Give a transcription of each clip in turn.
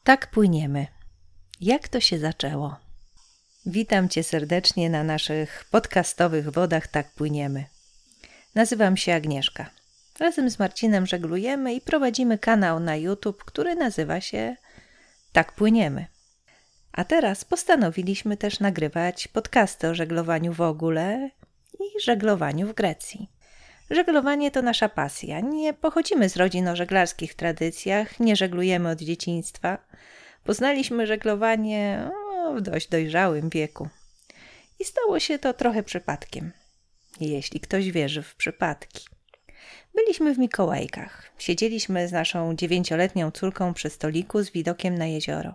Tak płyniemy. Jak to się zaczęło? Witam Cię serdecznie na naszych podcastowych wodach Tak płyniemy. Nazywam się Agnieszka. Razem z Marcinem żeglujemy i prowadzimy kanał na YouTube, który nazywa się Tak płyniemy. A teraz postanowiliśmy też nagrywać podcasty o żeglowaniu w ogóle i żeglowaniu w Grecji. Żeglowanie to nasza pasja. Nie pochodzimy z rodzin o żeglarskich tradycjach, nie żeglujemy od dzieciństwa. Poznaliśmy żeglowanie w dość dojrzałym wieku. I stało się to trochę przypadkiem, jeśli ktoś wierzy w przypadki. Byliśmy w Mikołajkach. Siedzieliśmy z naszą 9-letnią córką przy stoliku z widokiem na jezioro.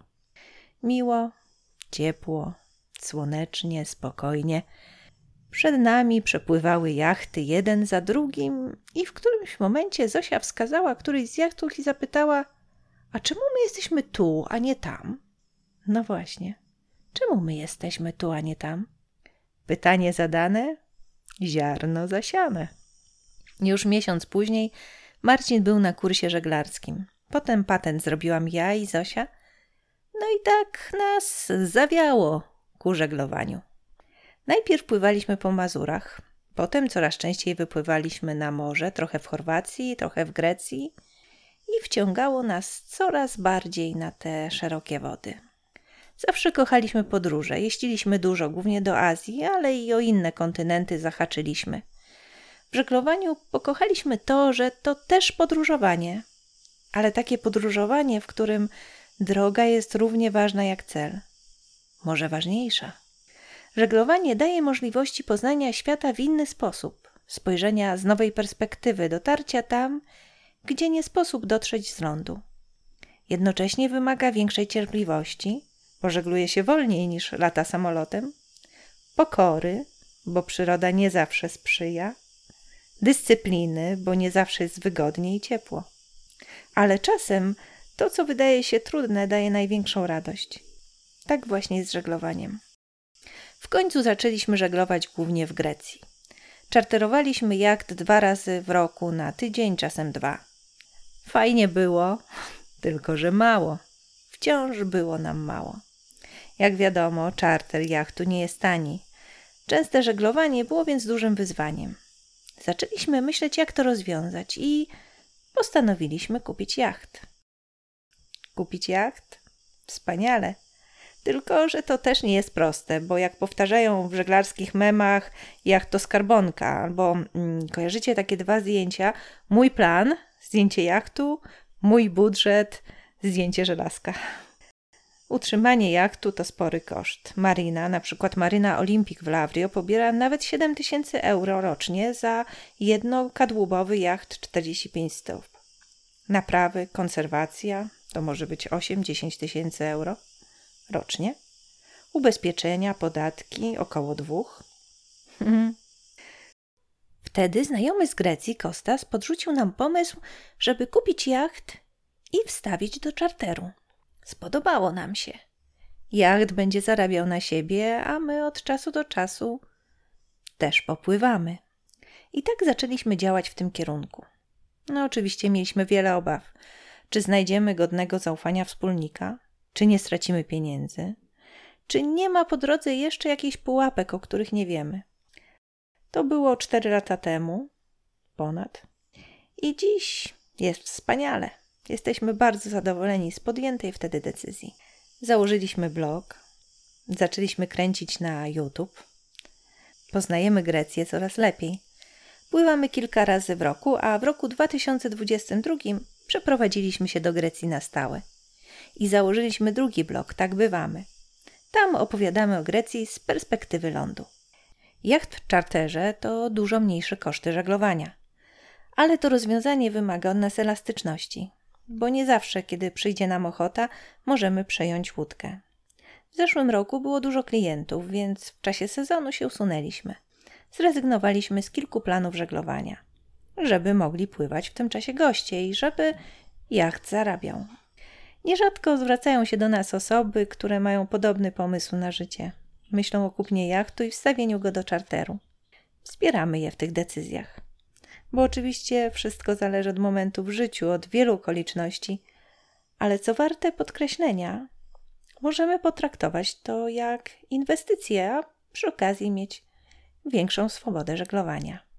Miło, ciepło, słonecznie, spokojnie. Przed nami przepływały jachty jeden za drugim i w którymś momencie Zosia wskazała któryś z jachtów i zapytała: a czemu my jesteśmy tu, a nie tam? No właśnie, czemu my jesteśmy tu, a nie tam? Pytanie zadane, ziarno zasiane. Już miesiąc później Marcin był na kursie żeglarskim. Potem patent zrobiłam ja i Zosia. No i tak nas zawiało ku żeglowaniu. Najpierw pływaliśmy po Mazurach, potem coraz częściej wypływaliśmy na morze, trochę w Chorwacji, trochę w Grecji i wciągało nas coraz bardziej na te szerokie wody. Zawsze kochaliśmy podróże, jeździliśmy dużo, głównie do Azji, ale i o inne kontynenty zahaczyliśmy. W żeglowaniu pokochaliśmy to, że to też podróżowanie, ale takie podróżowanie, w którym droga jest równie ważna jak cel, może ważniejsza. Żeglowanie daje możliwości poznania świata w inny sposób, spojrzenia z nowej perspektywy, dotarcia tam, gdzie nie sposób dotrzeć z lądu. Jednocześnie wymaga większej cierpliwości, bo żegluje się wolniej niż lata samolotem, pokory, bo przyroda nie zawsze sprzyja, dyscypliny, bo nie zawsze jest wygodnie i ciepło. Ale czasem to, co wydaje się trudne, daje największą radość. Tak właśnie jest z żeglowaniem. W końcu zaczęliśmy żeglować głównie w Grecji. Czarterowaliśmy jacht 2 razy w roku na tydzień, czasem 2. Fajnie było, tylko że mało. Wciąż było nam mało. Jak wiadomo, czarter jachtu nie jest tani. Częste żeglowanie było więc dużym wyzwaniem. Zaczęliśmy myśleć, jak to rozwiązać i postanowiliśmy kupić jacht. Kupić jacht? Wspaniale. Tylko że to też nie jest proste, bo jak powtarzają w żeglarskich memach, jacht to skarbonka, albo kojarzycie takie 2 zdjęcia? Mój plan, zdjęcie jachtu, mój budżet, zdjęcie żelazka. Utrzymanie jachtu to spory koszt. Marina, na przykład Maryna Olympic w Lavrio, pobiera nawet 7000 euro rocznie za jednokadłubowy jacht 45 stóp. Naprawy, konserwacja to może być 8-10 tysięcy euro rocznie. Ubezpieczenia, podatki około 2. Wtedy znajomy z Grecji, Kostas, podrzucił nam pomysł, żeby kupić jacht i wstawić do czarteru. Spodobało nam się. Jacht będzie zarabiał na siebie, a my od czasu do czasu też popływamy. I tak zaczęliśmy działać w tym kierunku. No oczywiście mieliśmy wiele obaw. Czy znajdziemy godnego zaufania wspólnika? Czy nie stracimy pieniędzy? Czy nie ma po drodze jeszcze jakichś pułapek, o których nie wiemy? To było 4 lata temu, ponad. I dziś jest wspaniale. Jesteśmy bardzo zadowoleni z podjętej wtedy decyzji. Założyliśmy blog, zaczęliśmy kręcić na YouTube. Poznajemy Grecję coraz lepiej. Pływamy kilka razy w roku, a w roku 2022 przeprowadziliśmy się do Grecji na stałe. I założyliśmy drugi blog, Tak bywamy. Tam opowiadamy o Grecji z perspektywy lądu. Jacht w czarterze to dużo mniejsze koszty żeglowania. Ale to rozwiązanie wymaga od nas elastyczności, bo nie zawsze, kiedy przyjdzie nam ochota, możemy przejąć łódkę. W zeszłym roku było dużo klientów, więc w czasie sezonu się usunęliśmy. Zrezygnowaliśmy z kilku planów żeglowania, żeby mogli pływać w tym czasie goście i żeby jacht zarabiał. Nierzadko zwracają się do nas osoby, które mają podobny pomysł na życie. Myślą o kupnie jachtu i wstawieniu go do czarteru. Wspieramy je w tych decyzjach. Bo oczywiście wszystko zależy od momentu w życiu, od wielu okoliczności, Ale co warte podkreślenia, możemy potraktować to jak inwestycję, a przy okazji mieć większą swobodę żeglowania.